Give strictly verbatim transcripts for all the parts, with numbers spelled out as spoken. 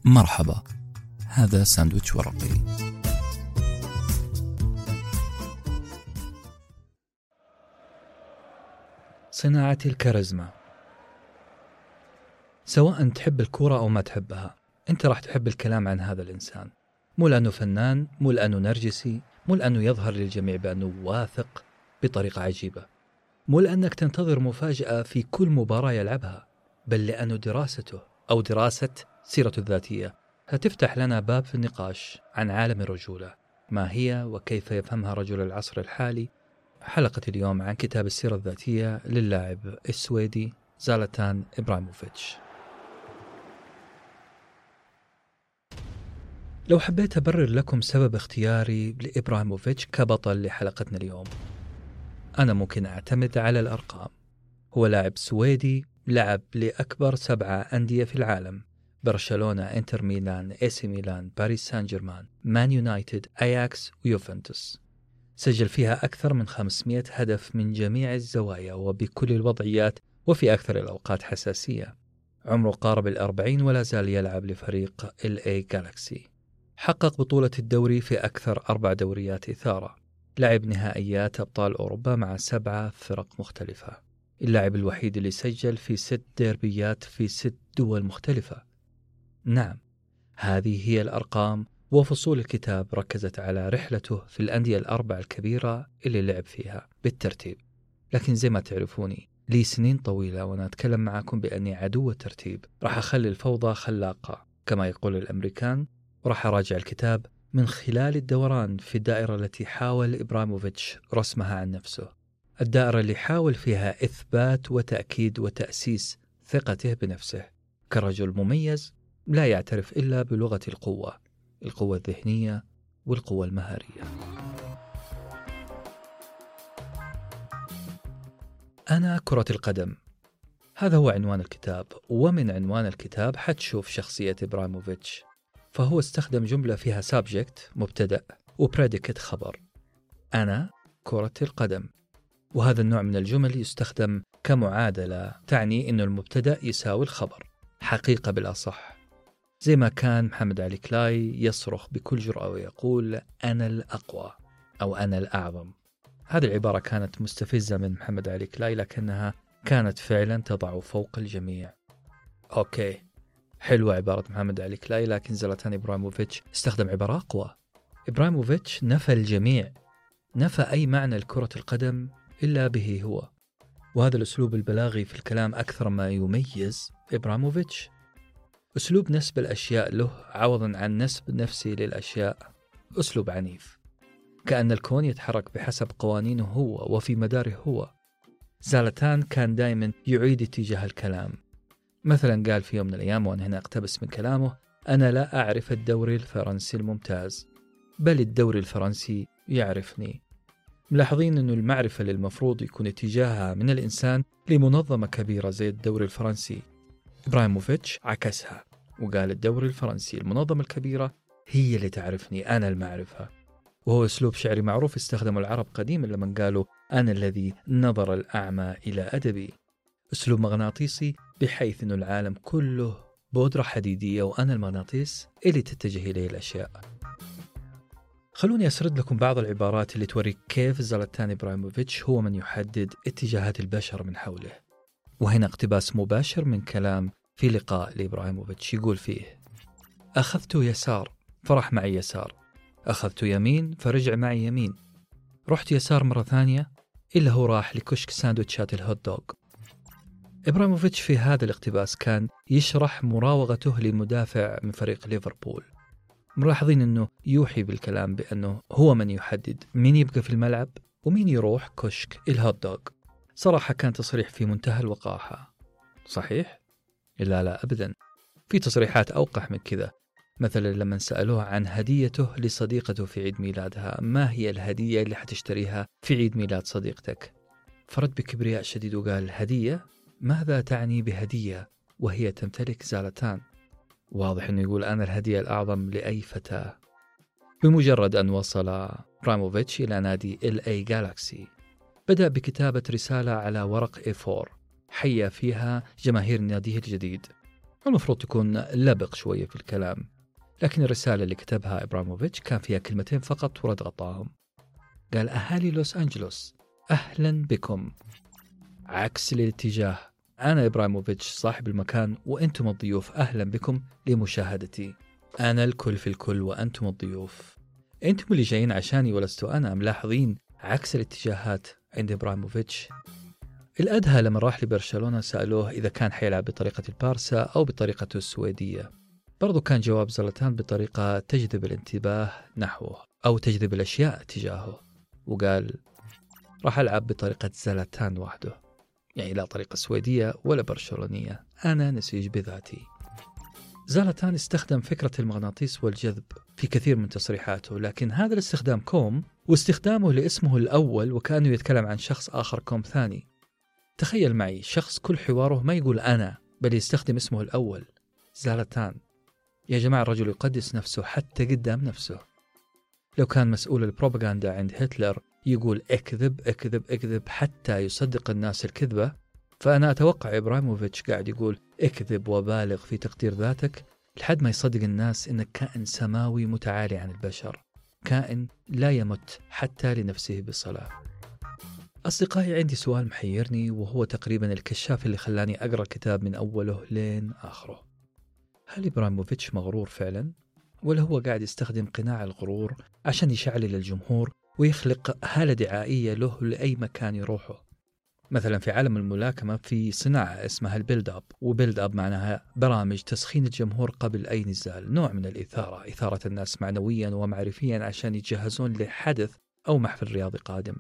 مرحبا، هذا ساندويتش ورقي. صناعة الكاريزما. سواء تحب الكورة أو ما تحبها، أنت راح تحب الكلام عن هذا الإنسان، مو لأنه فنان، مو لأنه نرجسي، مو لأنه يظهر للجميع بأنه واثق بطريقة عجيبة، مو لأنك تنتظر مفاجأة في كل مباراة يلعبها، بل لأنه دراسته أو دراسة سيرته الذاتية هتفتح لنا باب في النقاش عن عالم الرجولة، ما هي وكيف يفهمها رجل العصر الحالي. حلقة اليوم عن كتاب السيرة الذاتية للاعب السويدي زلاتان إبراهيموفيتش. لو حبيت أبرر لكم سبب اختياري لإبراهيموفيتش كبطل لحلقتنا اليوم، أنا ممكن أعتمد على الأرقام. هو لاعب سويدي لعب لأكبر سبعة أندية في العالم: برشلونة، إنتر ميلان، إي سي ميلان، باريس سان جيرمان، مان يونايتد، أياكس ويوفنتوس. سجل فيها أكثر من خمسمائة هدف من جميع الزوايا وبكل الوضعيات وفي أكثر الأوقات حساسية. عمره قارب الأربعين ولا زال يلعب لفريق إل إيه جالاكسي. حقق بطولة الدوري في أكثر أربع دوريات إثارة. لعب نهائيات أبطال أوروبا مع سبعة فرق مختلفة. اللاعب الوحيد اللي سجل في ست ديربيات في ست دول مختلفة. نعم، هذه هي الأرقام، وفصول الكتاب ركزت على رحلته في الأندية الأربع الكبيرة اللي لعب فيها بالترتيب. لكن زي ما تعرفوني لي سنين طويلة وأنا أتكلم معكم بأني عدو الترتيب. راح أخلي الفوضى خلاقة كما يقول الأمريكان، وراح أراجع الكتاب من خلال الدوران في الدائرة التي حاول إبراهيموفيتش رسمها عن نفسه، الدائرة اللي حاول فيها إثبات وتأكيد وتأسيس ثقته بنفسه كرجل مميز لا يعترف إلا بلغة القوة، القوة الذهنية والقوة المهارية. أنا كرة القدم، هذا هو عنوان الكتاب، ومن عنوان الكتاب حتشوف شخصية إبراهيموفيتش. فهو استخدم جملة فيها سابجكت مبتدأ وبريديكت خبر، أنا كرة القدم. وهذا النوع من الجمل يستخدم كمعادلة تعني أن المبتدأ يساوي الخبر، حقيقة بالأصح. زي ما كان محمد علي كلاي يصرخ بكل جرأة ويقول أنا الأقوى أو أنا الأعظم. هذه العبارة كانت مستفزة من محمد علي كلاي، لكنها كانت فعلا تضع فوق الجميع. أوكي، حلوة عبارة محمد علي كلاي، لكن زلاتان إبراهيموفيتش استخدم عبارة أقوى. إبراهيموفيتش نفى الجميع، نفى أي معنى لكرة القدم إلا به هو. وهذا الأسلوب البلاغي في الكلام أكثر ما يميز إبراهيموفيتش. أسلوب نسب الأشياء له عوضا عن نسب نفسي للأشياء، أسلوب عنيف، كأن الكون يتحرك بحسب قوانينه هو وفي مداره هو. زلاتان كان دائما يعيد اتجاه الكلام. مثلا قال في يوم من الأيام، وأنا هنا أقتبس من كلامه، أنا لا أعرف الدوري الفرنسي الممتاز، بل الدوري الفرنسي يعرفني. ملاحظين أن المعرفة للمفروض يكون اتجاهها من الإنسان لمنظمة كبيرة زي الدوري الفرنسي. إبراهيموفيتش عكسها وقال الدوري الفرنسي المنظمة الكبيرة هي اللي تعرفني، أنا المعرفة. وهو أسلوب شعري معروف استخدمه العرب قديما لما قالوا أنا الذي نظر الأعمى إلى أدبي. أسلوب مغناطيسي بحيث أن العالم كله بودرة حديدية وأنا المغناطيس اللي تتجه إليه الأشياء. خلوني أسرد لكم بعض العبارات اللي توري كيف زلاتان إبراهيموفيتش هو من يحدد اتجاهات البشر من حوله. وهنا اقتباس مباشر من كلام في لقاء لإبراهيموفيتش يقول فيه: أخذت يسار فرح معي يسار، أخذت يمين فرجع معي يمين، رحت يسار مرة ثانية إلا هو راح لكشك ساندويتشات الهوت دوغ. إبراهيموفيتش في هذا الاقتباس كان يشرح مراوغته لمدافع من فريق ليفربول. ملاحظين أنه يوحي بالكلام بأنه هو من يحدد مين يبقى في الملعب ومين يروح كشك الهوت دوغ. صراحة كان تصريح في منتهى الوقاحة. صحيح؟ لا لا أبدا، في تصريحات أوقح من كذا. مثلا لما سألوه عن هديته لصديقته في عيد ميلادها، ما هي الهدية اللي حتشتريها في عيد ميلاد صديقتك؟ فرد بكبرياء شديد وقال: هدية؟ ماذا تعني بهدية وهي تمتلك زلاتان؟ واضح أنه يقول أنا الهدية الأعظم لأي فتاة. بمجرد أن وصل إبراهيموفيتش إلى نادي إل إيه جالاكسي، بدأ بكتابة رسالة على ورق إيه فور حيا فيها جماهير ناديه الجديد. المفروض تكون لبق شوية في الكلام، لكن الرسالة اللي كتبها إبراهيموفيتش كان فيها كلمتين فقط ورد غطاهم. قال: أهالي لوس أنجلوس أهلا بكم. عكس الاتجاه، أنا إبراهيموفيتش صاحب المكان وأنتم الضيوف، أهلا بكم لمشاهدتي. أنا الكل في الكل وأنتم الضيوف، أنتم اللي جايين عشاني ولست أنا. ملاحظين عكس الاتجاهات عند إبراهيموفيتش. الأدهى لما راح لبرشلونة سألوه إذا كان حيلعب بطريقة البارسا أو بطريقته السويدية. برضو كان جواب زلاتان بطريقة تجذب الانتباه نحوه أو تجذب الأشياء تجاهه، وقال: راح ألعب بطريقة زلاتان وحده، يعني لا طريقة سويدية ولا برشلونية، أنا نسيج بذاتي. زلاتان استخدم فكرة المغناطيس والجذب في كثير من تصريحاته، لكن هذا الاستخدام كوم واستخدامه لاسمه الأول وكأنه يتكلم عن شخص آخر كوم ثاني. تخيل معي شخص كل حواره ما يقول أنا، بل يستخدم اسمه الأول زلاتان. يا جماعة الرجل يقدس نفسه حتى قدام نفسه. لو كان مسؤول البروباغندا عند هتلر يقول اكذب اكذب اكذب حتى يصدق الناس الكذبة، فأنا أتوقع إبراهيموفيتش قاعد يقول اكذب وبالغ في تقدير ذاتك لحد ما يصدق الناس إنك كائن سماوي متعالي عن البشر، كائن لا يمت حتى لنفسه بالصلاة. أصدقائي، عندي سؤال محيرني وهو تقريبا الكشاف اللي خلاني أقرأ الكتاب من أوله لين آخره. هل إبراهيموفيتش مغرور فعلا؟ ولا هو قاعد يستخدم قناع الغرور عشان يشعلل الجمهور ويخلق هالة دعائية له لأي مكان يروحه؟ مثلا في عالم الملاكمة في صناعة اسمها البيلد أب، وبيلد أب معناها برامج تسخين الجمهور قبل أي نزال، نوع من الإثارة، إثارة الناس معنويا ومعرفيا عشان يتجهزون لحدث أو محفل رياضي قادم.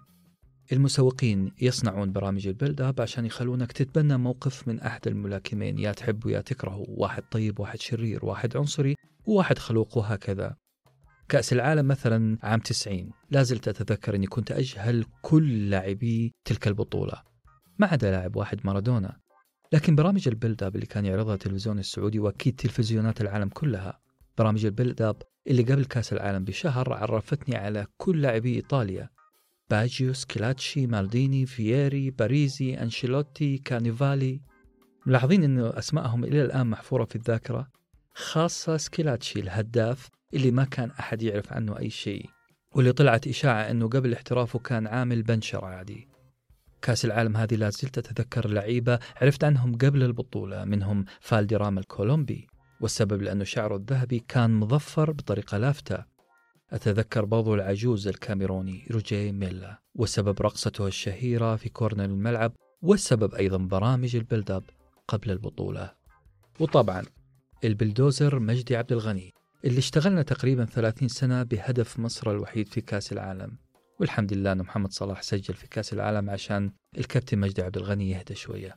المسوقين يصنعون برامج البيلد أب عشان يخلونك تتبنى موقف من أحد الملاكمين، يا تحب ويا تكره، واحد طيب واحد شرير، واحد عنصري وواحد خلوق، وهكذا. كأس العالم مثلا عام تسعين لازلت أتذكر أني كنت أجهل كل لاعبي تلك البطولة ما عدا لاعب واحد، مارادونا. لكن برامج البيلد أب اللي كان يعرضها التلفزيون السعودي وأكيد تلفزيونات العالم كلها، برامج البيلد أب اللي قبل كأس العالم بشهر عرفتني على كل لاعبي إيطاليا: باجيو، سكيلاتشي، مالديني، فييري، باريزي، أنشيلوتي، كانيفالي. ملاحظين أنه أسمائهم إلى الآن محفورة في الذاكرة، خاصة سكيلاتشي الهداف اللي ما كان أحد يعرف عنه أي شيء، واللي طلعت إشاعة أنه قبل احترافه كان عامل بنشر عادي. كأس العالم هذه لا زلت أتذكر لعيبة عرفت عنهم قبل البطولة، منهم فالديرام الكولومبي، والسبب لأنه شعره الذهبي كان مظفر بطريقة لافتة. أتذكر برضو العجوز الكاميروني روجيه ميلا، والسبب رقصته الشهيرة في كورنر الملعب، والسبب أيضا برامج البيلد أب قبل البطولة. وطبعا البلدوزر مجدي عبد الغني اللي اشتغلنا تقريبا ثلاثين سنة بهدف مصر الوحيد في كأس العالم، والحمد لله أن محمد صلاح سجل في كأس العالم عشان الكابتن مجدي عبد الغني يهدى شوية.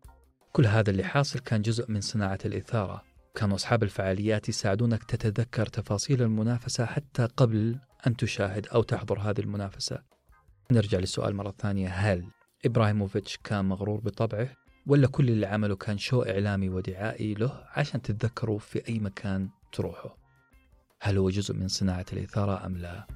كل هذا اللي حاصل كان جزء من صناعة الإثارة. كانوا أصحاب الفعاليات يساعدونك تتذكر تفاصيل المنافسة حتى قبل أن تشاهد أو تحضر هذه المنافسة. نرجع للسؤال مرة ثانية: هل إبراهيموفيتش كان مغرور بطبعه، ولا كل اللي عمله كان شو إعلامي ودعائي له عشان تتذكروا في أي مكان تروحوا؟ هل هو جزء من صناعة الإثارة أم لا؟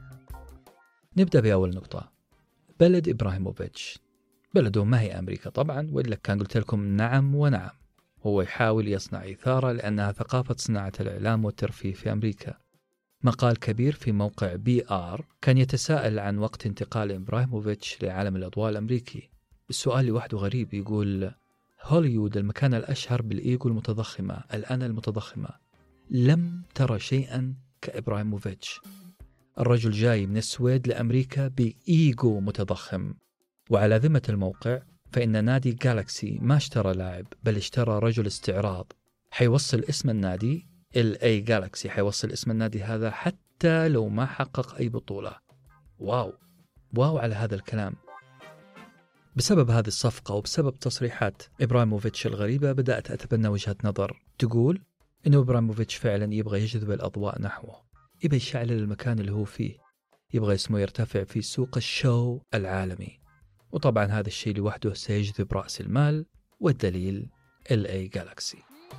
نبدأ بأول نقطة: بلد إبراهيموفيتش. بلده ما هي أمريكا طبعا، وإلا كان قلت لكم نعم ونعم. هو يحاول يصنع إثارة لأنها ثقافة صناعة الإعلام والترفيه في أمريكا. مقال كبير في موقع بي آر كان يتساءل عن وقت انتقال إبراهيموفيتش لعالم الأضواء الأمريكي. السؤال لوحده غريب، يقول: هوليوود المكان الأشهر بالإيجو المتضخمة، الأنا المتضخمة، لم ترى شيئا كإبراهيموفيتش. الرجل جاي من السويد لأمريكا بإيجو متضخم. وعلى ذمة الموقع فإن نادي جالاكسي ما اشترى لاعب، بل اشترى رجل استعراض حيوصل اسم النادي ال إيه جالاكسي، حيوصل اسم النادي هذا حتى لو ما حقق أي بطولة. واو واو على هذا الكلام. بسبب هذه الصفقة وبسبب تصريحات إبراهيموفيتش الغريبة بدأت أتبنى وجهة نظر تقول إنه إبراهيموفيتش فعلا يبغى يجذب الأضواء نحوه، يبغى يشعل المكان اللي هو فيه، يبغى اسمه يرتفع في سوق الشو العالمي. وطبعا هذا الشيء لوحده سيجذب رأس المال، والدليل ال إيه جالاكسي.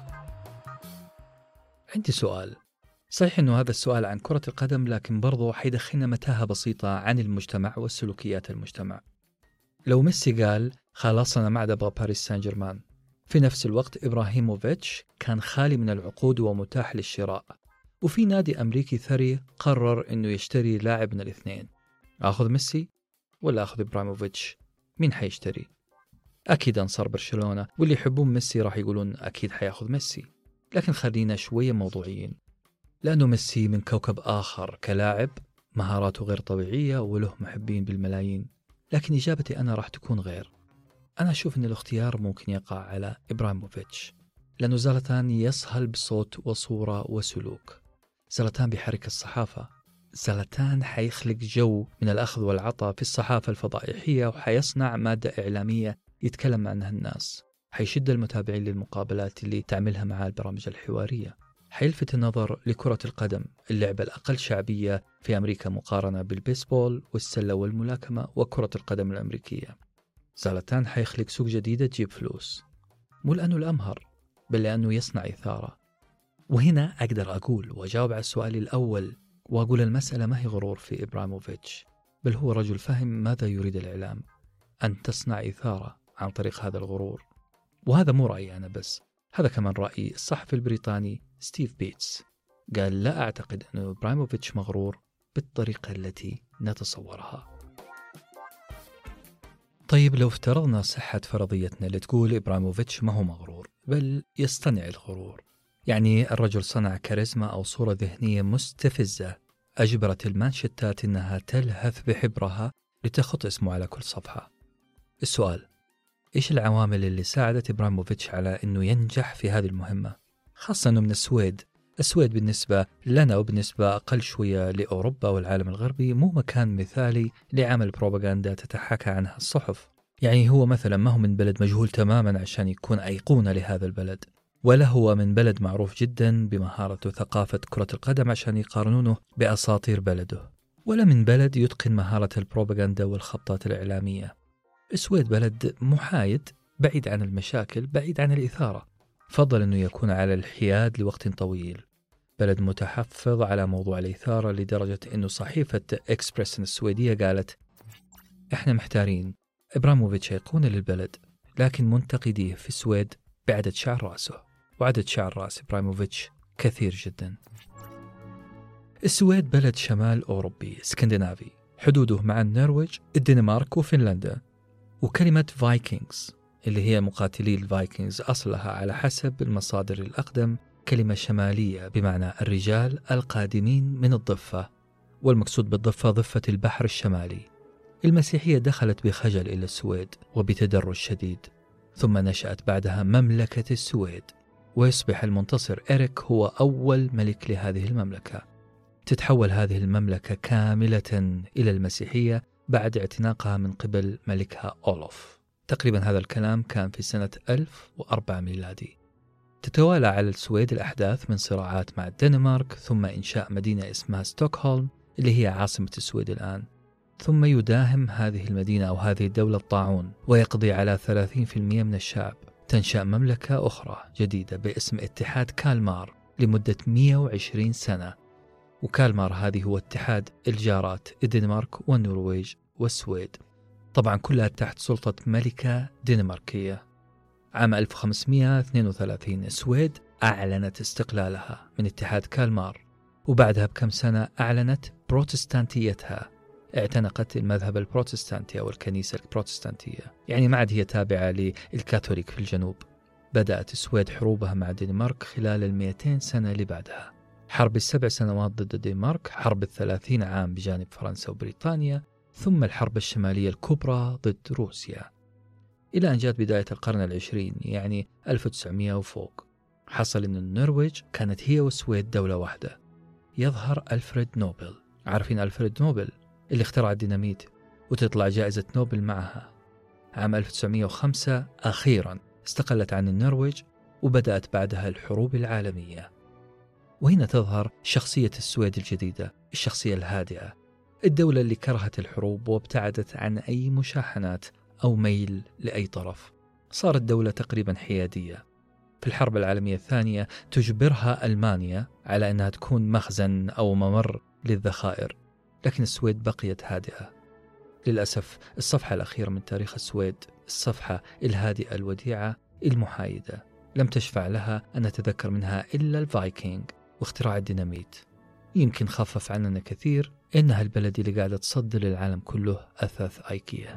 عندي سؤال، صحيح أنه هذا السؤال عن كرة القدم، لكن برضو حيدخلنا متاهة بسيطة عن المجتمع والسلوكيات المجتمع. لو ميسي قال خلاص أنا ما عاد أبغى باريس سان جيرمان، في نفس الوقت إبراهيموفيتش كان خالي من العقود ومتاح للشراء، وفي نادي أمريكي ثري قرر أنه يشتري لاعب من الاثنين. أخذ ميسي ولا أخذ إبراهيموفيتش؟ مين حيشتري؟ أكيد أنصار برشلونة، واللي يحبون ميسي راح يقولون أكيد حياخذ ميسي. لكن خلينا شوية موضوعيين، لأنه ميسي من كوكب آخر كلاعب، مهاراته غير طبيعية وله محبين بالملايين. لكن إجابتي أنا راح تكون غير. أنا أشوف أن الاختيار ممكن يقع على إبراهيموفيتش، لأنه زلاتان يصهل بصوت وصورة وسلوك. زلاتان بيحرك الصحافة، زلاتان حيخلق جو من الأخذ والعطاء في الصحافة الفضائحية، وحيصنع مادة إعلامية يتكلم عنها الناس، حيشد المتابعين للمقابلات اللي تعملها مع البرامج الحوارية، حيلفت النظر لكرة القدم، اللعبة الأقل شعبية في أمريكا مقارنة بالبيسبول والسلة والملاكمة وكرة القدم الأمريكية. زلاتان حيخلق سوق جديدة تجيب فلوس، مو لأنه الأمهر، بل لأنه يصنع إثارة. وهنا أقدر أقول وأجاوب على السؤال الأول، وأقول المسألة ما هي غرور في إبراهيموفيتش، بل هو رجل فهم ماذا يريد الإعلام، أن تصنع إثارة عن طريق هذا الغرور. وهذا مو رأيي أنا بس، هذا كمان رأي الصحفي البريطاني ستيف بيتس. قال لا أعتقد أن إبراهيموفيتش مغرور بالطريقة التي نتصورها. طيب لو افترضنا صحة فرضيتنا اللي تقول إبراهيموفيتش ما هو مغرور بل يصطنع الغرور، يعني الرجل صنع كاريزما أو صورة ذهنية مستفزة أجبرت المانشتات أنها تلهث بحبرها لتخط اسمه على كل صفحة. السؤال، إيش العوامل اللي ساعدت إبراهيموفيتش على أنه ينجح في هذه المهمة؟ خاصة أنه من السويد. السويد بالنسبة لنا وبالنسبة أقل شوية لأوروبا والعالم الغربي مو مكان مثالي لعمل بروباغندا تتحكى عنها الصحف. يعني هو مثلا ما هو من بلد مجهول تماما عشان يكون أيقونة لهذا البلد، ولا هو من بلد معروف جدا بمهارة وثقافة كرة القدم عشان يقارنونه بأساطير بلده، ولا من بلد يتقن مهارة البروباغندا والخطات الإعلامية. السويد بلد محايد، بعيد عن المشاكل، بعيد عن الإثارة، فضل أنه يكون على الحياد لوقت طويل. بلد متحفظ على موضوع الإثارة لدرجة أنه صحيفة إكسبريس السويدية قالت إحنا محتارين، إبراهيموفيتش أيقونة للبلد، لكن منتقديه في السويد بعدد شعر رأسه، وعدد شعر رأس إبراهيموفيتش كثير جدا. السويد بلد شمال أوروبي اسكندنافي، حدوده مع النرويج، الدنمارك وفنلندا. وكلمة فايكنجز اللي هي مقاتلي الفايكنجز أصلها على حسب المصادر الأقدم كلمة شمالية بمعنى الرجال القادمين من الضفة، والمقصود بالضفة ضفة البحر الشمالي. المسيحية دخلت بخجل إلى السويد وبتدرج شديد، ثم نشأت بعدها مملكة السويد، ويصبح المنتصر إريك هو أول ملك لهذه المملكة. تتحول هذه المملكة كاملة إلى المسيحية بعد اعتناقها من قبل ملكها أولوف. تقريبا هذا الكلام كان في سنة ألف وأربعة ميلادي. تتوالى على السويد الأحداث من صراعات مع الدنمارك، ثم إنشاء مدينة اسمها ستوكهولم اللي هي عاصمة السويد الآن. ثم يداهم هذه المدينة أو هذه الدولة الطاعون ويقضي على ثلاثين بالمئة من الشعب. تنشأ مملكة أخرى جديدة باسم اتحاد كالمار لمدة مئة وعشرين سنة، وكالمار هذه هو اتحاد الجارات الدنمارك والنرويج والسويد، طبعا كلها تحت سلطة ملكة دنماركية. عام ألف وخمسمئة واثنين وثلاثين السويد أعلنت استقلالها من اتحاد كالمار، وبعدها بكم سنة أعلنت بروتستانتيتها، اعتنقت المذهب البروتستانتي أو الكنيسة البروتستانتية، يعني ما عاد هي تابعة للكاثوليك في الجنوب. بدأت السويد حروبها مع الدنمارك خلال المئتين سنة اللي بعدها، حرب السبع سنوات ضد الدنمارك، حرب الثلاثين عام بجانب فرنسا وبريطانيا، ثم الحرب الشمالية الكبرى ضد روسيا، إلى أن جاءت بداية القرن العشرين يعني ألف وتسعمئة وفوق. حصل أن النرويج كانت هي والسويد دولة واحدة. يظهر ألفريد نوبل، عارفين ألفريد نوبل اللي اخترع الديناميت وتطلع جائزة نوبل معها. عام ألف وتسعمئة وخمسة أخيرا استقلت عن النرويج، وبدأت بعدها الحروب العالمية. وهنا تظهر شخصية السويد الجديدة، الشخصية الهادئة، الدولة اللي كرهت الحروب وابتعدت عن أي مشاحنات أو ميل لأي طرف. صارت دولة تقريبا حيادية. في الحرب العالمية الثانية تجبرها ألمانيا على أنها تكون مخزن أو ممر للذخائر، لكن السويد بقيت هادئة. للأسف الصفحة الأخيرة من تاريخ السويد، الصفحة الهادئة الوديعة، المحايدة لم تشفع لها أن نتذكر منها إلا الفايكنج واختراع الديناميت. يمكن خفف عننا كثير إنها البلد اللي قاعدة تصدر للعالم كله أثاث آيكيا.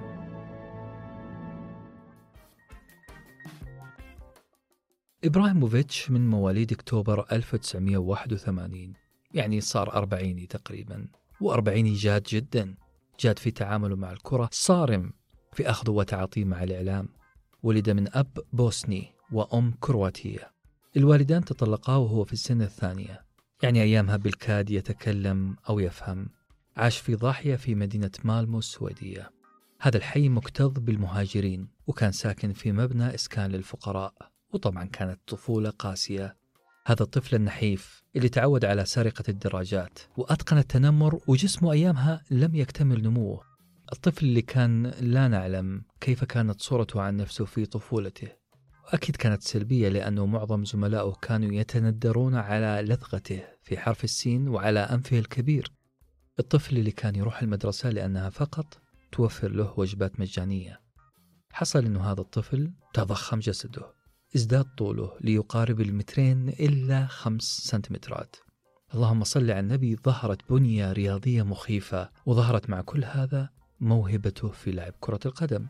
إبراهيموفيتش من مواليد أكتوبر ألف وتسعمائة وواحد وثمانين، يعني صار أربعيني تقريبا، وأربعيني جاد جدا، جاد في تعامله مع الكرة، صارم في أخذه وتعاطيه مع الإعلام. ولد من أب بوسني وأم كرواتية. الوالدان تطلقا وهو في السنة الثانية، يعني أيامها بالكاد يتكلم أو يفهم. عاش في ضاحية في مدينة مالمو السويدية. هذا الحي مكتظ بالمهاجرين، وكان ساكن في مبنى إسكان للفقراء، وطبعا كانت طفولة قاسية. هذا الطفل النحيف اللي تعود على سرقة الدراجات وأتقن التنمر، وجسمه أيامها لم يكتمل نموه. الطفل اللي كان لا نعلم كيف كانت صورته عن نفسه في طفولته، وأكيد كانت سلبية لأنه معظم زملائه كانوا يتندرون على لثغته في حرف السين وعلى أنفه الكبير. الطفل اللي كان يروح المدرسة لأنها فقط توفر له وجبات مجانية. حصل أنه هذا الطفل تضخم جسده، ازداد طوله ليقارب المترين إلا خمس سنتيمترات. اللهم صل على النبي، ظهرت بنية رياضية مخيفة، وظهرت مع كل هذا موهبته في لعب كرة القدم.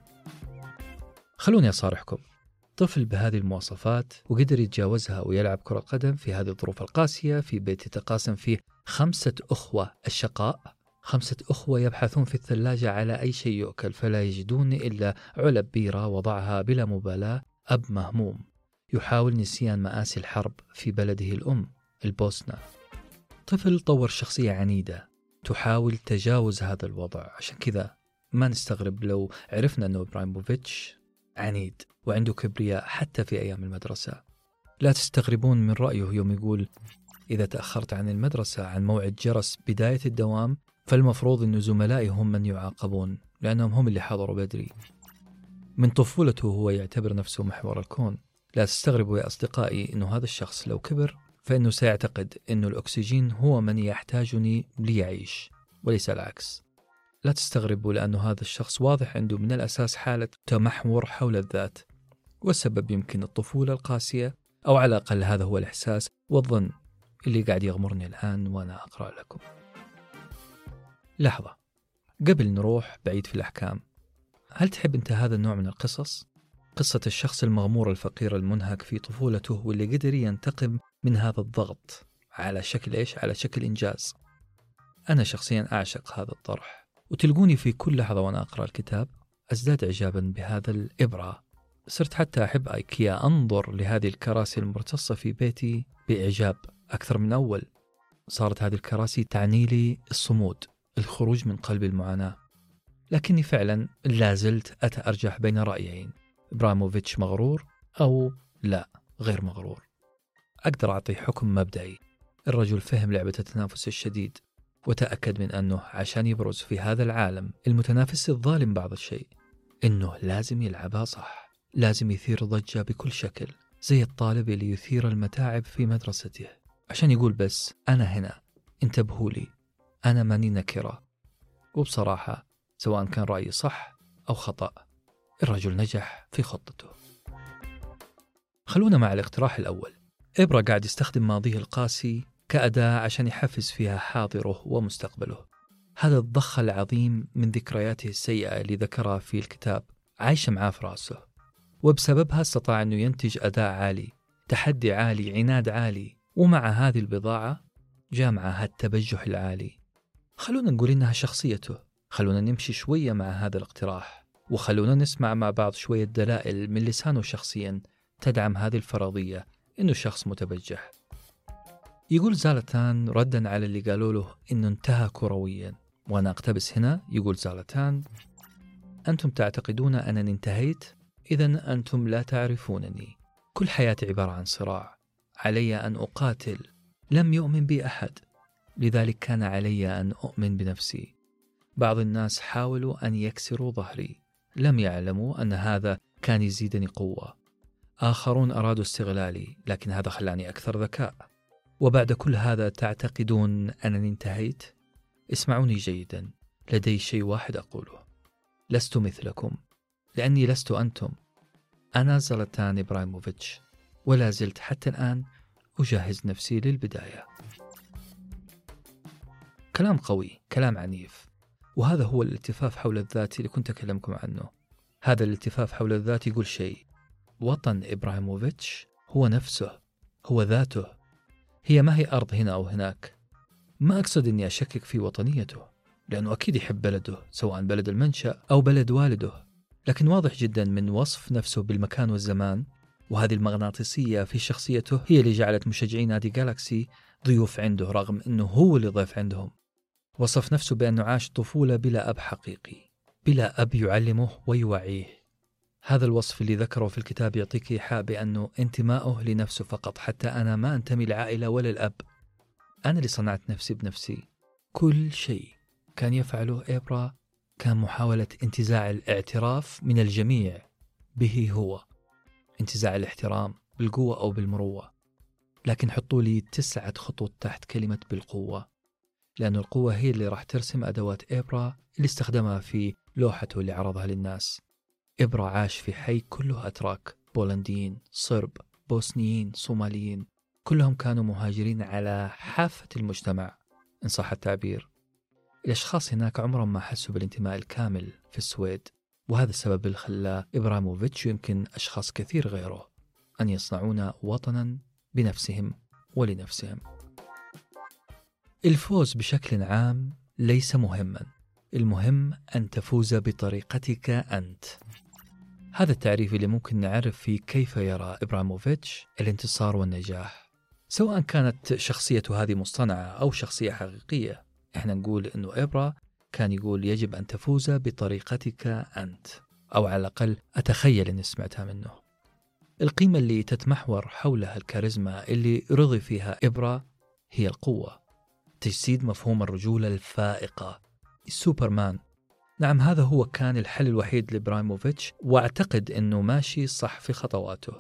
خلوني أصارحكم، طفل بهذه المواصفات وقدر يتجاوزها ويلعب كرة قدم في هذه الظروف القاسية، في بيت يتقاسم فيه خمسة أخوة الشقاء، خمسة أخوة يبحثون في الثلاجة على أي شيء يؤكل فلا يجدون إلا علب بيرة وضعها بلا مبالاة. أب مهموم يحاول نسيان مآسي الحرب في بلده الأم البوسنة. طفل طور شخصية عنيدة تحاول تجاوز هذا الوضع. عشان كذا ما نستغرب لو عرفنا أنه إبراهيموفيتش عنيد وعنده كبرياء حتى في أيام المدرسة. لا تستغربون من رأيه يوم يقول إذا تأخرت عن المدرسة عن موعد جرس بداية الدوام فالمفروض أن زملائي هم من يعاقبون لأنهم هم اللي حضروا بدري. من طفولته هو يعتبر نفسه محور الكون. لا تستغربوا يا أصدقائي أنه هذا الشخص لو كبر فإنه سيعتقد أنه الأكسجين هو من يحتاجني ليعيش وليس العكس. لا تستغربوا لأنه هذا الشخص واضح عنده من الأساس حالة تمحور حول الذات، والسبب يمكن الطفولة القاسية، أو على الأقل هذا هو الإحساس والظن اللي قاعد يغمرني الآن وأنا أقرأ لكم. لحظة قبل نروح بعيد في الأحكام، هل تحب أنت هذا النوع من القصص؟ قصة الشخص المغمور الفقير المنهك في طفولته واللي قدر ينتقم من هذا الضغط على شكل إيش؟ على شكل إنجاز. أنا شخصيا أعشق هذا الطرح، وتلقوني في كل لحظة وأنا أقرأ الكتاب أزداد إعجابا بهذا الإبرة. صرت حتى أحب آيكيا، أنظر لهذه الكراسي المرتصة في بيتي بإعجاب أكثر من أول. صارت هذه الكراسي تعني لي الصمود، الخروج من قلب المعاناة. لكني فعلا لازلت أتأرجح بين رأيين، إبراهيموفيتش مغرور أو لا غير مغرور. أقدر أعطي حكم مبدئي، الرجل فهم لعبة التنافس الشديد وتأكد من أنه عشان يبرز في هذا العالم المتنافس الظالم بعض الشيء أنه لازم يلعبها صح، لازم يثير ضجة بكل شكل، زي الطالب اللي يثير المتاعب في مدرسته عشان يقول بس أنا هنا، انتبهوا لي، أنا ماني نكرة. وبصراحة سواء كان رأيي صح أو خطأ، الرجل نجح في خطته. خلونا مع الاقتراح الأول. إبرة قاعد يستخدم ماضيه القاسي كأداة عشان يحفز فيها حاضره ومستقبله. هذا الضخ العظيم من ذكرياته السيئة اللي ذكرها في الكتاب عايشة معاه في رأسه، وبسببها استطاع أنه ينتج أداء عالي، تحدي عالي، عناد عالي، ومع هذه البضاعة جاء معها التبجح العالي. خلونا نقول إنها شخصيته. خلونا نمشي شوية مع هذا الاقتراح، وخلونا نسمع مع بعض شوية دلائل من لسانه شخصيا تدعم هذه الفرضية إنه شخص متبجح. يقول زالاتان ردا على اللي قالوا له إنه انتهى كرويا، وأنا أقتبس هنا. يقول زالاتان: أنتم تعتقدون أنني انتهيت؟ إذن أنتم لا تعرفونني. كل حياتي عبارة عن صراع، علي أن أقاتل، لم يؤمن بي أحد، لذلك كان علي أن أؤمن بنفسي. بعض الناس حاولوا أن يكسروا ظهري، لم يعلموا أن هذا كان يزيدني قوة. آخرون أرادوا استغلالي، لكن هذا خلاني أكثر ذكاء. وبعد كل هذا تعتقدون أنني انتهيت؟ اسمعوني جيدا، لدي شيء واحد أقوله: لست مثلكم، لأني لست أنتم. أنا زلاتان إبراهيموفيتش، ولا زلت حتى الآن أجهز نفسي للبداية. كلام قوي، كلام عنيف، وهذا هو الالتفاف حول الذات اللي كنت أكلمكم عنه. هذا الالتفاف حول الذات يقول شيء: وطن إبراهيموفيتش هو نفسه، هو ذاته، هي ما هي أرض هنا أو هناك. ما أقصد أني أشكك في وطنيته، لأنه أكيد يحب بلده، سواء بلد المنشأ أو بلد والده، لكن واضح جدا من وصف نفسه بالمكان والزمان، وهذه المغناطيسية في شخصيته هي اللي جعلت مشجعين نادي جالاكسي ضيوف عنده رغم أنه هو اللي ضيف عندهم. وصف نفسه بأنه عاش طفولة بلا أب حقيقي، بلا أب يعلمه ويوعيه. هذا الوصف اللي ذكره في الكتاب يعطيك إيحاء بأنه انتمائه لنفسه فقط. حتى أنا ما أنتمي لعائلة ولا الأب، أنا اللي صنعت نفسي بنفسي. كل شيء كان يفعله إبرا كان محاولة انتزاع الاعتراف من الجميع به هو، انتزاع الاحترام بالقوة أو بالمروة. لكن حطوا لي تسعة خطوط تحت كلمة بالقوة، لأن القوة هي اللي راح ترسم أدوات إبرا اللي استخدمها في لوحته اللي عرضها للناس. إبرا عاش في حي كله أتراك، بولنديين، صرب، بوسنيين، صوماليين، كلهم كانوا مهاجرين على حافة المجتمع إن صح التعبير. الأشخاص هناك عمرهم ما حسوا بالانتماء الكامل في السويد، وهذا السبب اللي خلى إبراهيموفيتش يمكن أشخاص كثير غيره أن يصنعون وطنا بنفسهم ولنفسهم. الفوز بشكل عام ليس مهما، المهم أن تفوز بطريقتك أنت. هذا التعريف اللي ممكن نعرف فيه كيف يرى إبراهيموفيتش الانتصار والنجاح، سواء كانت شخصيته هذه مصطنعة أو شخصية حقيقية. إحنا نقول إنه إبرا كان يقول يجب أن تفوز بطريقتك أنت، أو على الأقل أتخيل أني سمعتها منه. القيمة اللي تتمحور حولها الكاريزما اللي رضي فيها إبرا هي القوة، تجسيد مفهوم الرجولة الفائقة، السوبرمان. نعم، هذا هو كان الحل الوحيد لإبراهيموفيتش، وأعتقد أنه ماشي صح في خطواته.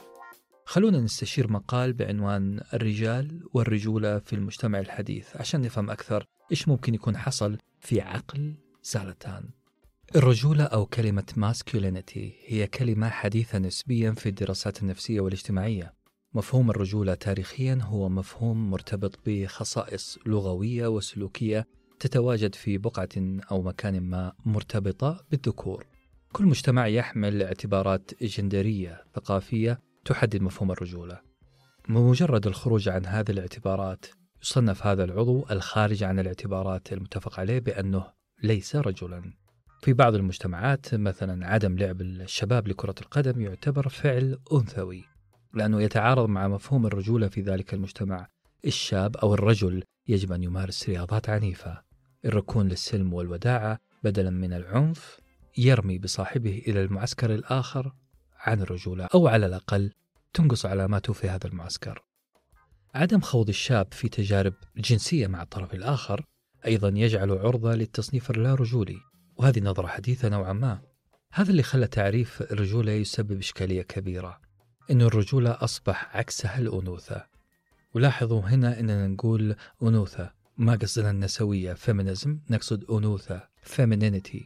خلونا نستشير مقال بعنوان الرجال والرجولة في المجتمع الحديث عشان نفهم أكثر إيش ممكن يكون حصل في عقل زلاتان. الرجولة أو كلمة masculinity هي كلمة حديثة نسبيا في الدراسات النفسية والاجتماعية. مفهوم الرجولة تاريخيا هو مفهوم مرتبط بخصائص لغوية وسلوكية تتواجد في بقعة أو مكان ما مرتبطة بالذكور. كل مجتمع يحمل اعتبارات جندرية ثقافية تحدد مفهوم الرجولة. بمجرد الخروج عن هذه الاعتبارات يصنف هذا العضو الخارج عن الاعتبارات المتفق عليه بأنه ليس رجلا. في بعض المجتمعات مثلا عدم لعب الشباب لكرة القدم يعتبر فعل أنثوي لأنه يتعارض مع مفهوم الرجولة في ذلك المجتمع. الشاب أو الرجل يجب أن يمارس رياضات عنيفة، الركون للسلم والوداعة بدلا من العنف، يرمي بصاحبه إلى المعسكر الآخر عن الرجولة، أو على الأقل تنقص علاماته في هذا المعسكر. عدم خوض الشاب في تجارب جنسية مع الطرف الآخر أيضا يجعله عرضة للتصنيف اللا رجولي، وهذه نظرة حديثة نوعا ما. هذا اللي خلى تعريف الرجولة يسبب إشكالية كبيرة، إن الرجولة أصبح عكسها الأنوثة. ولاحظوا هنا إننا نقول أنوثة، ما قصدنا النسوية فيمينيزم، نقصد أنوثة femininity.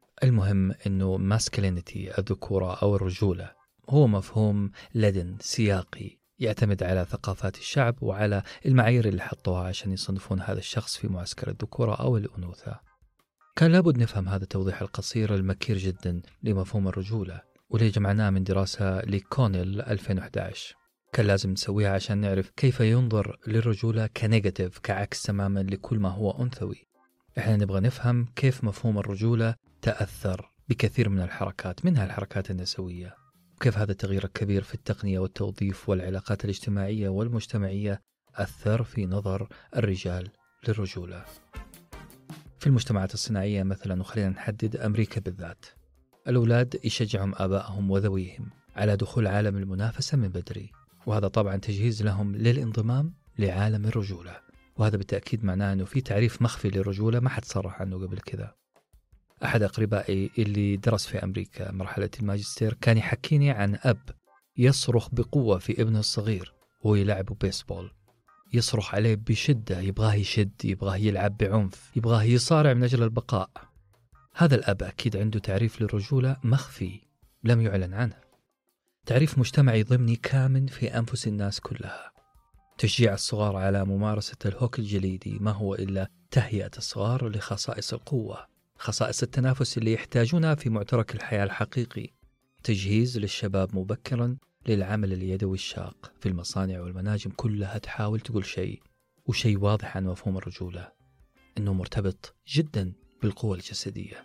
المهم إنه masculinity الذكورة أو الرجولة هو مفهوم لدن سياقي يعتمد على ثقافات الشعب وعلى المعايير اللي حطوها عشان يصنفون هذا الشخص في معسكر الذكورة أو الأنوثة. كان لابد نفهم هذا التوضيح القصير المكير جدا لمفهوم الرجولة، واللي جمعناه من دراسة لكونيل ألفين وأحد عشر. كان لازم نسويها عشان نعرف كيف ينظر للرجولة كنيجاتيف، كعكس تماما لكل ما هو أنثوي. إحنا نبغى نفهم كيف مفهوم الرجولة تأثر بكثير من الحركات، منها الحركات النسوية، وكيف هذا التغيير الكبير في التقنية والتوظيف والعلاقات الاجتماعية والمجتمعية أثر في نظر الرجال للرجولة. في المجتمعات الصناعية مثلا، وخلينا نحدد أمريكا بالذات، الأولاد يشجعهم آبائهم وذويهم على دخول عالم المنافسة من بدري، وهذا طبعا تجهيز لهم للانضمام لعالم الرجولة. وهذا بالتأكيد معناه أنه في تعريف مخفي للرجولة ما حد صرح عنه قبل كذا. أحد أقربائي اللي درس في أمريكا مرحلة الماجستير كان يحكيني عن أب يصرخ بقوة في ابنه الصغير وهو يلعب بيسبول، يصرخ عليه بشدة، يبغاه يشد، يبغاه يلعب بعنف، يبغاه يصارع من أجل البقاء. هذا الأب أكيد عنده تعريف للرجولة مخفي لم يعلن عنه. تعريف مجتمعي ضمني كامن في أنفس الناس كلها. تشجيع الصغار على ممارسة الهوك الجليدي ما هو إلا تهيئة الصغار لخصائص القوة، خصائص التنافس اللي يحتاجونها في معترك الحياة الحقيقي. تجهيز للشباب مبكرا للعمل اليدوي الشاق في المصانع والمناجم، كلها تحاول تقول شيء، وشيء واضح عن مفهوم الرجولة، إنه مرتبط جدا بالقوة الجسدية.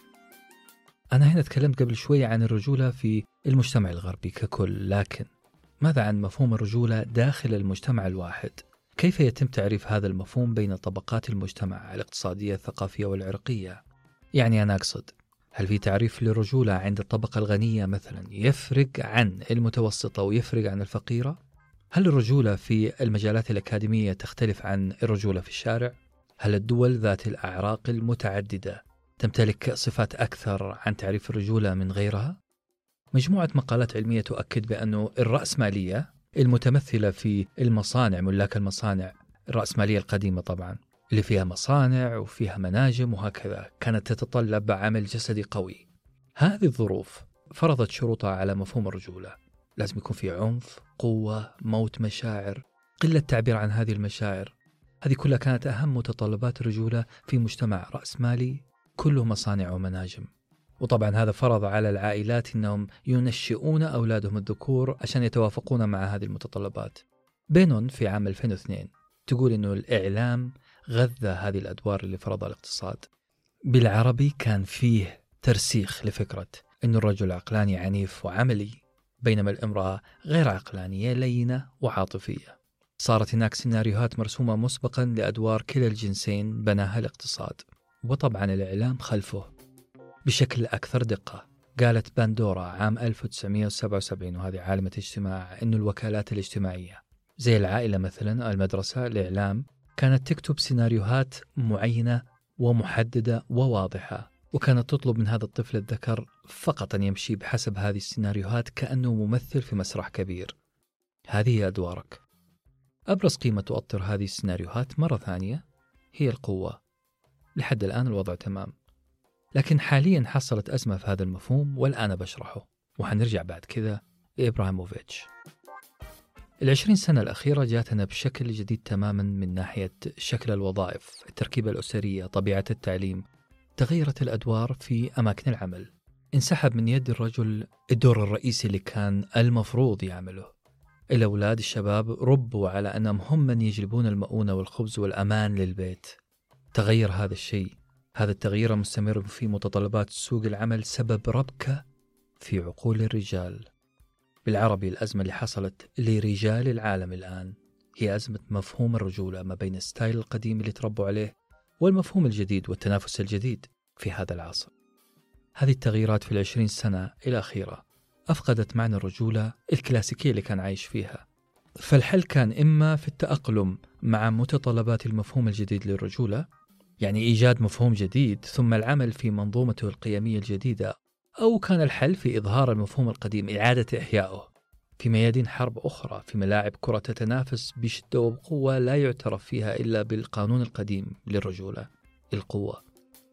أنا هنا تكلمت قبل شوي عن الرجولة في المجتمع الغربي ككل، لكن ماذا عن مفهوم الرجولة داخل المجتمع الواحد؟ كيف يتم تعريف هذا المفهوم بين طبقات المجتمع الاقتصادية الثقافية والعرقية؟ يعني أنا أقصد، هل في تعريف للرجولة عند الطبقة الغنية مثلا يفرق عن المتوسطة ويفرق عن الفقيرة؟ هل الرجولة في المجالات الأكاديمية تختلف عن الرجولة في الشارع؟ هل الدول ذات الأعراق المتعددة تمتلك صفات أكثر عن تعريف الرجولة من غيرها؟ مجموعة مقالات علمية تؤكد بأن الرأسمالية المتمثلة في المصانع، ملاك المصانع، الرأسمالية القديمة طبعا، اللي فيها مصانع وفيها مناجم وهكذا، كانت تتطلب عمل جسدي قوي. هذه الظروف فرضت شروطها على مفهوم الرجولة. لازم يكون في عنف، قوة، موت مشاعر، قلة تعبير عن هذه المشاعر. هذه كلها كانت أهم متطلبات الرجولة في مجتمع رأسمالي كله مصانع ومناجم. وطبعا هذا فرض على العائلات أنهم ينشئون أولادهم الذكور عشان يتوافقون مع هذه المتطلبات. بينون في عام ألفين واثنين تقول أنه الإعلام غذى هذه الأدوار اللي فرضها الاقتصاد. بالعربي كان فيه ترسيخ لفكرة أن الرجل عقلاني عنيف وعملي، بينما الامرأة غير عقلانية لينة وعاطفية. صارت هناك سيناريوهات مرسومة مسبقا لأدوار كلا الجنسين بناها الاقتصاد، وطبعا الإعلام خلفه بشكل أكثر دقة. قالت باندورا عام ألف وتسعمائة وسبعة وسبعين، وهذه عالمة اجتماع، أن الوكالات الاجتماعية زي العائلة مثلا، المدرسة، الإعلام، كانت تكتب سيناريوهات معينة ومحددة وواضحة، وكانت تطلب من هذا الطفل الذكر فقط أن يمشي بحسب هذه السيناريوهات كأنه ممثل في مسرح كبير. هذه هي أدوارك. أبرز قيمة تؤطر هذه السيناريوهات مرة ثانية هي القوة. لحد الآن الوضع تمام، لكن حاليا حصلت أزمة في هذا المفهوم، والآن بشرحه، وحنرجع بعد كذا لإبراهيموفيتش. العشرين سنة الأخيرة جاتنا بشكل جديد تماما من ناحية شكل الوظائف، التركيبة الأسرية، طبيعة التعليم. تغيرت الأدوار في أماكن العمل. انسحب من يد الرجل الدور الرئيسي اللي كان المفروض يعمله. الأولاد الشباب ربوا على أنهم هم من يجلبون المؤونة والخبز والأمان للبيت. تغير هذا الشيء. هذا التغيير مستمر في متطلبات سوق العمل سبب ربكة في عقول الرجال. بالعربي الأزمة اللي حصلت لرجال العالم الآن هي أزمة مفهوم الرجولة ما بين الستايل القديم اللي تربوا عليه والمفهوم الجديد والتنافس الجديد في هذا العصر. هذه التغييرات في العشرين سنة الأخيرة أفقدت معنى الرجولة الكلاسيكية اللي كان عايش فيها. فالحل كان إما في التأقلم مع متطلبات المفهوم الجديد للرجولة، يعني إيجاد مفهوم جديد ثم العمل في منظومته القيمية الجديدة، أو كان الحل في إظهار المفهوم القديم، إعادة إحيائه في ميادين حرب أخرى، في ملاعب كرة تتنافس بشدة وبقوة لا يعترف فيها إلا بالقانون القديم للرجولة، القوة.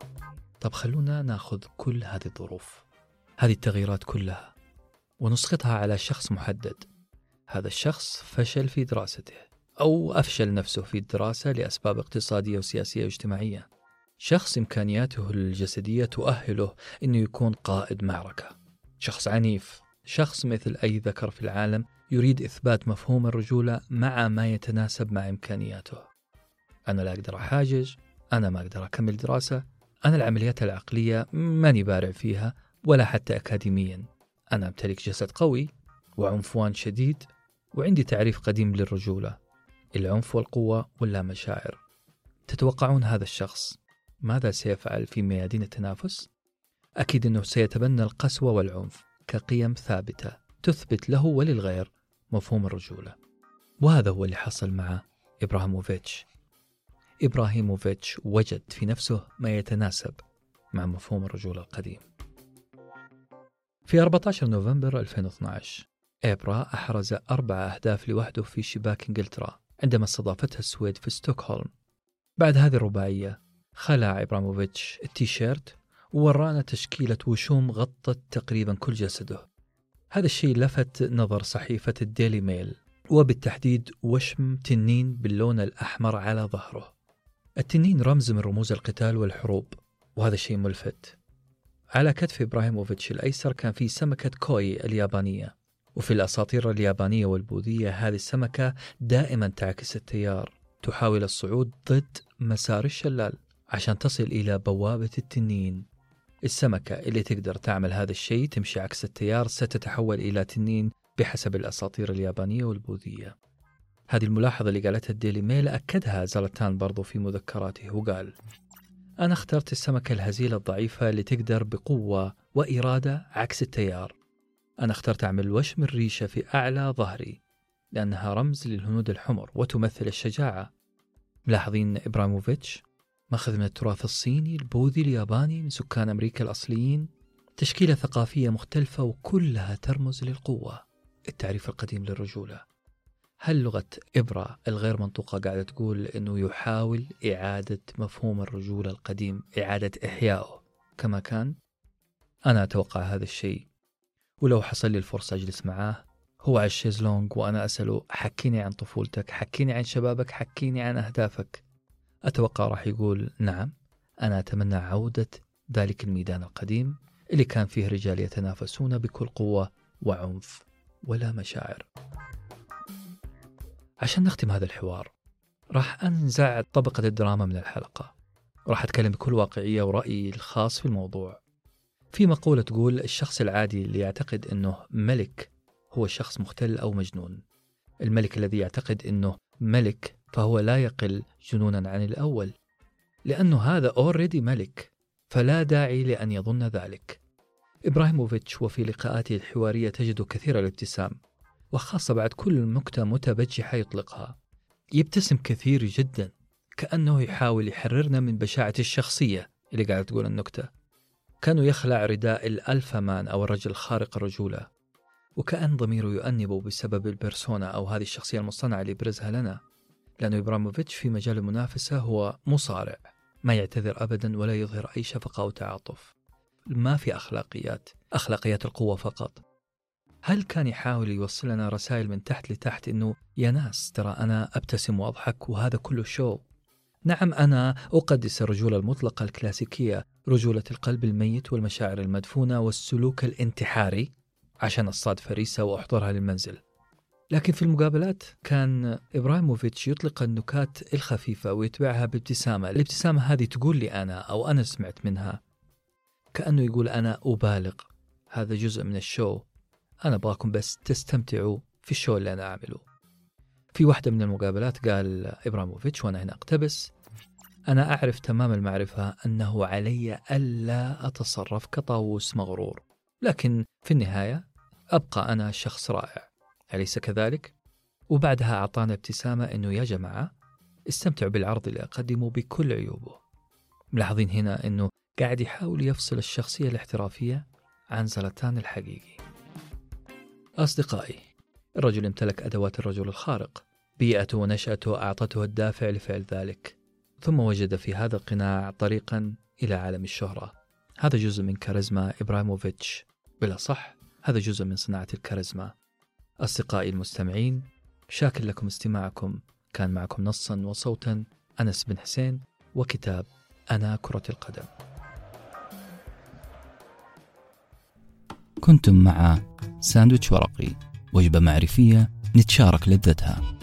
طب خلونا ناخذ كل هذه الظروف، هذه التغييرات كلها، ونسقطها على شخص محدد. هذا الشخص فشل في دراسته أو أفشل نفسه في الدراسة لأسباب اقتصادية وسياسية واجتماعية. شخص إمكانياته الجسدية تؤهله أنه يكون قائد معركة. شخص عنيف، شخص مثل أي ذكر في العالم يريد إثبات مفهوم الرجولة مع ما يتناسب مع إمكانياته. أنا لا أقدر أحاجج، أنا ما أقدر أكمل دراسة، أنا العمليات العقلية ماني بارع فيها ولا حتى أكاديميا، أنا أمتلك جسد قوي وعنفوان شديد، وعندي تعريف قديم للرجولة، العنف والقوة واللا مشاعر. تتوقعون هذا الشخص ماذا سيفعل في ميادين التنافس؟ أكيد أنه سيتبنى القسوة والعنف كقيم ثابتة تثبت له وللغير مفهوم الرجولة. وهذا هو اللي حصل مع إبراهيموفيتش. إبراهيموفيتش وجد في نفسه ما يتناسب مع مفهوم الرجولة القديم. في أربعة عشر نوفمبر ألفين واثني عشر إبرا أحرز أربع أهداف لوحده في شباك إنجلترا عندما استضافتها السويد في ستوكهولم. بعد هذه الرباعية خلع إبراهيموفيتش التيشيرت وورانا تشكيلة وشوم غطت تقريبا كل جسده. هذا الشيء لفت نظر صحيفة الديلي ميل، وبالتحديد وشم تنين باللون الأحمر على ظهره. التنين رمز من رموز القتال والحروب، وهذا الشيء ملفت. على كتف إبراهيموفيتش الأيسر كان في سمكة كوي اليابانية، وفي الأساطير اليابانية والبوذية هذه السمكة دائما تعكس التيار، تحاول الصعود ضد مسار الشلال عشان تصل إلى بوابة التنين. السمكة اللي تقدر تعمل هذا الشيء تمشي عكس التيار ستتحول إلى تنين بحسب الأساطير اليابانية والبوذية. هذه الملاحظة اللي قالتها الديلي ميل أكدها زلاتان برضو في مذكراته، وقال: أنا اخترت السمكة الهزيلة الضعيفة اللي تقدر بقوة وإرادة عكس التيار. أنا اخترت أعمل وشم الريشة في أعلى ظهري لأنها رمز للهنود الحمر وتمثل الشجاعة. ملاحظين إبراهيموفيتش ماخذ من التراث الصيني البوذي الياباني من سكان أمريكا الأصليين، تشكيلة ثقافية مختلفة وكلها ترمز للقوة، التعريف القديم للرجولة. هل لغة إبرة الغير منطوقة قاعدة تقول أنه يحاول إعادة مفهوم الرجولة القديم، إعادة إحيائه كما كان؟ أنا أتوقع هذا الشيء، ولو حصل لي الفرصة أجلس معاه هو على الشيزلونج وأنا أسأله: حكيني عن طفولتك، حكيني عن شبابك، حكيني عن أهدافك، أتوقع راح يقول: نعم، أنا أتمنى عودة ذلك الميدان القديم اللي كان فيه رجال يتنافسون بكل قوة وعنف ولا مشاعر. عشان نختم هذا الحوار راح أنزع طبقة الدراما من الحلقة، راح أتكلم بكل واقعية ورأيي الخاص في الموضوع. في مقولة تقول: الشخص العادي اللي يعتقد أنه ملك هو شخص مختل أو مجنون. الملك الذي يعتقد أنه ملك فهو لا يقل جنونا عن الأول، لأنه هذا أوريدي ملك، فلا داعي لأن يظن ذلك. إبراهيموفيتش وفي لقاءاته الحوارية تجد كثير الابتسام، وخاصة بعد كل نكتة متبجحة يطلقها يبتسم كثير جدا، كأنه يحاول يحررنا من بشاعة الشخصية اللي قاعد تقول النكتة. كانوا يخلع رداء الألفا مان أو الرجل الخارق الرجولة، وكأن ضميره يؤنبه بسبب البرسونا أو هذه الشخصية المصطنعة اللي يبرزها لنا، لأنه إبراهيموفيتش في مجال المنافسة هو مصارع ما يعتذر أبدا ولا يظهر أي شفقة أو تعاطف، ما في أخلاقيات، أخلاقيات القوة فقط. هل كان يحاول يوصل لنا رسائل من تحت لتحت إنه يا ناس ترى أنا أبتسم وأضحك وهذا كله شو؟ نعم، أنا أقدس الرجولة المطلقة الكلاسيكية، رجولة القلب الميت والمشاعر المدفونة والسلوك الانتحاري عشان أصطاد فريسة وأحضرها للمنزل. لكن في المقابلات كان إبراهيموفيتش يطلق النكات الخفيفة ويتبعها بابتسامة. الابتسامة هذه تقول لي أنا، أو أنا سمعت منها، كأنه يقول: أنا أبالغ، هذا جزء من الشو، أنا أبغاكم بس تستمتعوا في الشو اللي أنا أعمله. في واحدة من المقابلات قال إبراهيموفيتش، وأنا هنا أقتبس: أنا أعرف تمام المعرفة أنه علي ألا أتصرف كطاووس مغرور، لكن في النهاية أبقى أنا شخص رائع، أليس كذلك؟ وبعدها أعطانا ابتسامة أنه يا جماعة استمتعوا بالعرض اللي أقدمه بكل عيوبه. ملاحظين هنا أنه قاعد يحاول يفصل الشخصية الاحترافية عن زلاتان الحقيقي. أصدقائي، الرجل امتلك أدوات الرجل الخارق، بيئته ونشأته أعطته الدافع لفعل ذلك، ثم وجد في هذا القناع طريقا إلى عالم الشهرة. هذا جزء من كاريزما إبراهيموفيتش، بلا صح هذا جزء من صناعة الكاريزما. أصدقائي المستمعين، شاكر لكم استماعكم. كان معكم نصا وصوتا أنس بن حسين، وكتاب أنا كرة القدم. كنتم مع ساندويتش ورقي، وجبة معرفية نتشارك لذتها.